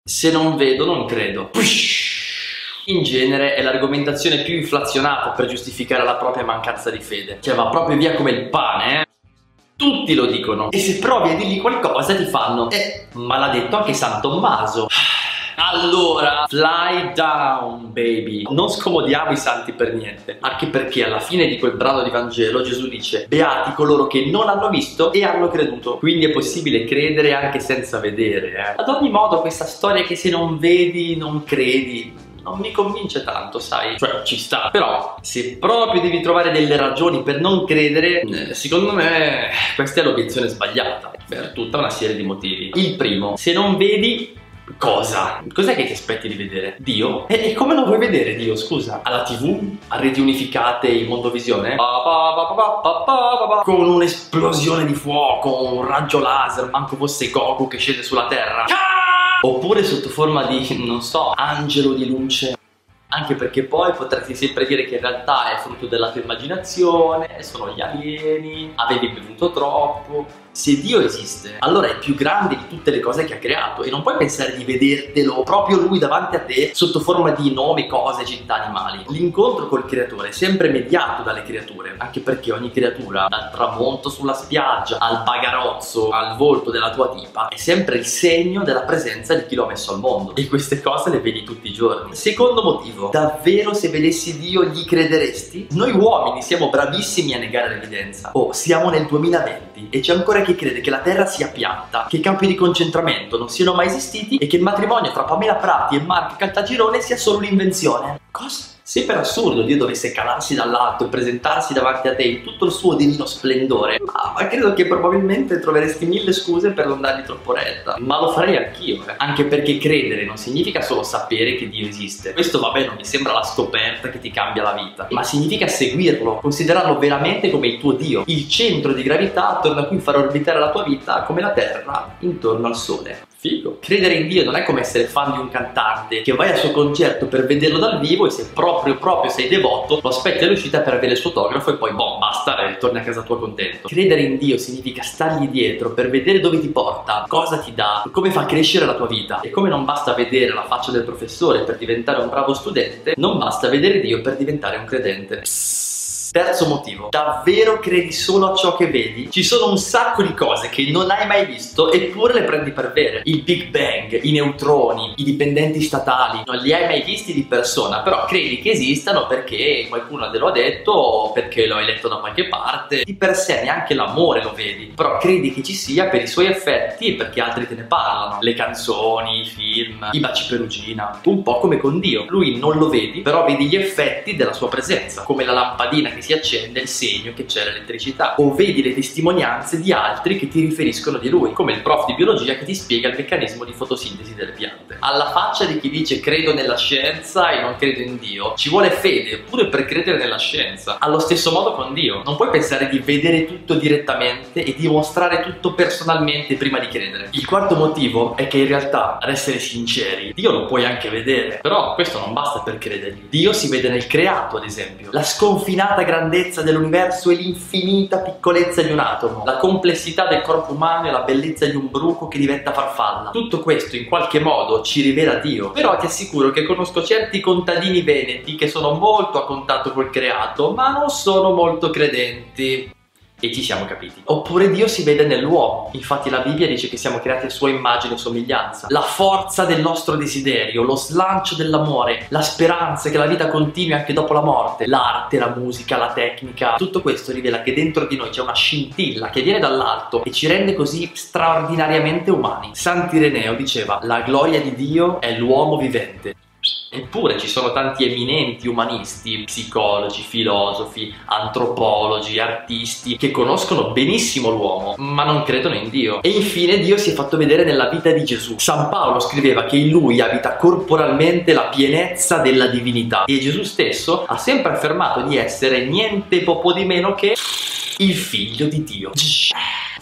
Se non vedo, non credo. In genere è l'argomentazione più inflazionata per giustificare la propria mancanza di fede. Cioè va proprio via come il pane, Tutti lo dicono. E se provi a dirgli qualcosa ti fanno ma l'ha detto anche San Tommaso. Allora, fly down, baby. Non scomodiamo i santi per niente. Anche perché alla fine di quel brano di Vangelo Gesù dice: beati coloro che non hanno visto e hanno creduto. Quindi è possibile credere anche senza vedere, Ad ogni modo questa storia che se non vedi non credi non mi convince tanto, sai? Cioè, ci sta. Però, se proprio devi trovare delle ragioni per non credere, secondo me questa è l'obiezione sbagliata, per tutta una serie di motivi. Il primo: se non vedi, cosa? Cos'è che ti aspetti di vedere? Dio? E come lo vuoi vedere Dio, scusa? Alla TV? A reti unificate in mondovisione? Con un'esplosione di fuoco, un raggio laser, manco fosse Goku che scende sulla terra? Oppure sotto forma di, non so, angelo di luce? Anche perché poi potresti sempre dire che in realtà è frutto della tua immaginazione, sono gli alieni, avevi bevuto troppo. Se Dio esiste, allora è più grande di tutte le cose che ha creato e non puoi pensare di vedertelo proprio lui davanti a te sotto forma di nomi, cose, città, animali. L'incontro col creatore è sempre mediato dalle creature, anche perché ogni creatura, dal tramonto sulla spiaggia al bagarozzo al volto della tua tipa, è sempre il segno della presenza di chi lo ha messo al mondo, e queste cose le vedi tutti i giorni. Secondo motivo: davvero se vedessi Dio gli crederesti? Noi uomini siamo bravissimi a negare l'evidenza. Siamo nel 2020 e c'è ancora chi crede che la terra sia piatta, che i campi di concentramento non siano mai esistiti e che il matrimonio tra Pamela Prati e Marco Caltagirone sia solo un'invenzione. Cosa? Se per assurdo Dio dovesse calarsi dall'alto e presentarsi davanti a te in tutto il suo divino splendore, ma credo che probabilmente troveresti mille scuse per non dargli troppo retta. Ma lo farei anch'io, Anche perché credere non significa solo sapere che Dio esiste. Questo, vabbè, non mi sembra la scoperta che ti cambia la vita, ma significa seguirlo, considerarlo veramente come il tuo Dio, il centro di gravità attorno a cui far orbitare la tua vita come la Terra intorno al Sole. Figo. Credere in Dio non è come essere fan di un cantante che vai al suo concerto per vederlo dal vivo e se proprio sei devoto lo aspetti all'uscita per avere il suo autografo e poi basta e torni a casa tua contento. Credere in Dio significa stargli dietro per vedere dove ti porta, cosa ti dà, come fa crescere la tua vita. E come non basta vedere la faccia del professore per diventare un bravo studente, non basta vedere Dio per diventare un credente. Terzo motivo: davvero credi solo a ciò che vedi? Ci sono un sacco di cose che non hai mai visto eppure le prendi per vere. Il Big Bang, i neutroni, i dipendenti statali, non li hai mai visti di persona, però credi che esistano perché qualcuno te lo ha detto o perché lo hai letto da qualche parte. Di per sé neanche l'amore lo vedi, però credi che ci sia per i suoi effetti e perché altri te ne parlano. Le canzoni, i film, i baci perugina, un po' come con Dio. Lui non lo vedi, però vedi gli effetti della sua presenza, come la lampadina che si accende, il segno che c'è l'elettricità, o vedi le testimonianze di altri che ti riferiscono di lui, come il prof di biologia che ti spiega il meccanismo di fotosintesi delle piante. Alla faccia di chi dice credo nella scienza e non credo in Dio, ci vuole fede pure per credere nella scienza. Allo stesso modo con Dio, non puoi pensare di vedere tutto direttamente e dimostrare tutto personalmente prima di credere. Il quarto motivo è che in realtà, ad essere sinceri, Dio lo puoi anche vedere, però questo non basta per credergli. Dio si vede nel creato, ad esempio, la sconfinata grandezza dell'universo e l'infinita piccolezza di un atomo, la complessità del corpo umano e la bellezza di un bruco che diventa farfalla. Tutto questo in qualche modo ci rivela Dio. Però ti assicuro che conosco certi contadini veneti che sono molto a contatto col creato, ma non sono molto credenti. E ci siamo capiti. Oppure Dio si vede nell'uomo. Infatti la Bibbia dice che siamo creati a sua immagine e somiglianza. La forza del nostro desiderio, lo slancio dell'amore, la speranza che la vita continui anche dopo la morte, l'arte, la musica, la tecnica, tutto questo rivela che dentro di noi c'è una scintilla che viene dall'alto e ci rende così straordinariamente umani. Sant'Ireneo diceva: la gloria di Dio è l'uomo vivente. Eppure ci sono tanti eminenti umanisti, psicologi, filosofi, antropologi, artisti che conoscono benissimo l'uomo, ma non credono in Dio. E infine Dio si è fatto vedere nella vita di Gesù. San Paolo scriveva che in lui abita corporalmente la pienezza della divinità. E Gesù stesso ha sempre affermato di essere niente poco di meno che il figlio di Dio.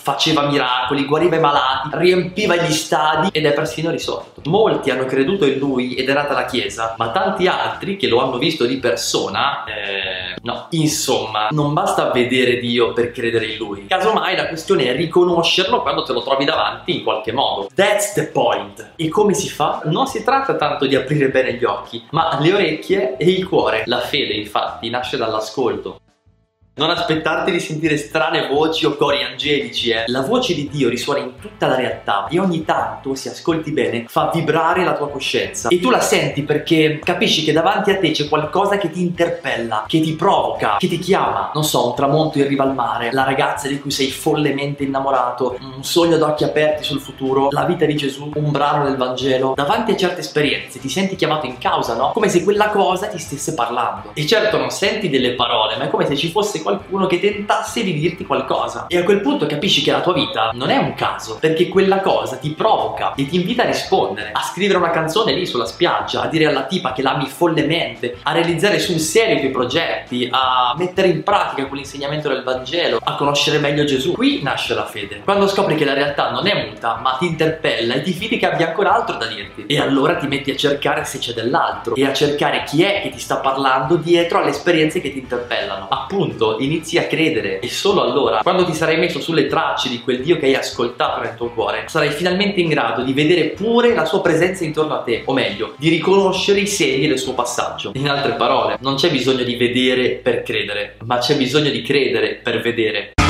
faceva miracoli, guariva i malati, riempiva gli stadi ed è persino risorto. Molti hanno creduto in lui ed è nata la Chiesa, ma tanti altri che lo hanno visto di persona, no. Insomma, non basta vedere Dio per credere in lui. Casomai la questione è riconoscerlo quando te lo trovi davanti in qualche modo. That's the point. E come si fa? Non si tratta tanto di aprire bene gli occhi, ma le orecchie e il cuore. La fede, infatti, nasce dall'ascolto. Non aspettarti di sentire strane voci o cori angelici, La voce di Dio risuona in tutta la realtà e ogni tanto, se ascolti bene, fa vibrare la tua coscienza. E tu la senti perché capisci che davanti a te c'è qualcosa che ti interpella, che ti provoca, che ti chiama. Non so, un tramonto in riva al mare, la ragazza di cui sei follemente innamorato, un sogno d'occhi aperti sul futuro, la vita di Gesù, un brano del Vangelo. Davanti a certe esperienze ti senti chiamato in causa, no? Come se quella cosa ti stesse parlando. E certo non senti delle parole, ma è come se ci fosse qualcuno che tentasse di dirti qualcosa. E a quel punto capisci che la tua vita non è un caso, perché quella cosa ti provoca e ti invita a rispondere, a scrivere una canzone lì sulla spiaggia, a dire alla tipa che l'ami follemente, a realizzare sul serio i tuoi progetti, a mettere in pratica quell'insegnamento del Vangelo, a conoscere meglio Gesù. Qui nasce la fede, quando scopri che la realtà non è muta, ma ti interpella e ti fidi che abbia ancora altro da dirti. E allora ti metti a cercare se c'è dell'altro e a cercare chi è che ti sta parlando dietro alle esperienze che ti interpellano. Appunto, inizi a credere e solo allora, quando ti sarai messo sulle tracce di quel Dio che hai ascoltato nel tuo cuore, sarai finalmente in grado di vedere pure la sua presenza intorno a te, o meglio, di riconoscere i segni del suo passaggio. In altre parole, non c'è bisogno di vedere per credere, ma c'è bisogno di credere per vedere.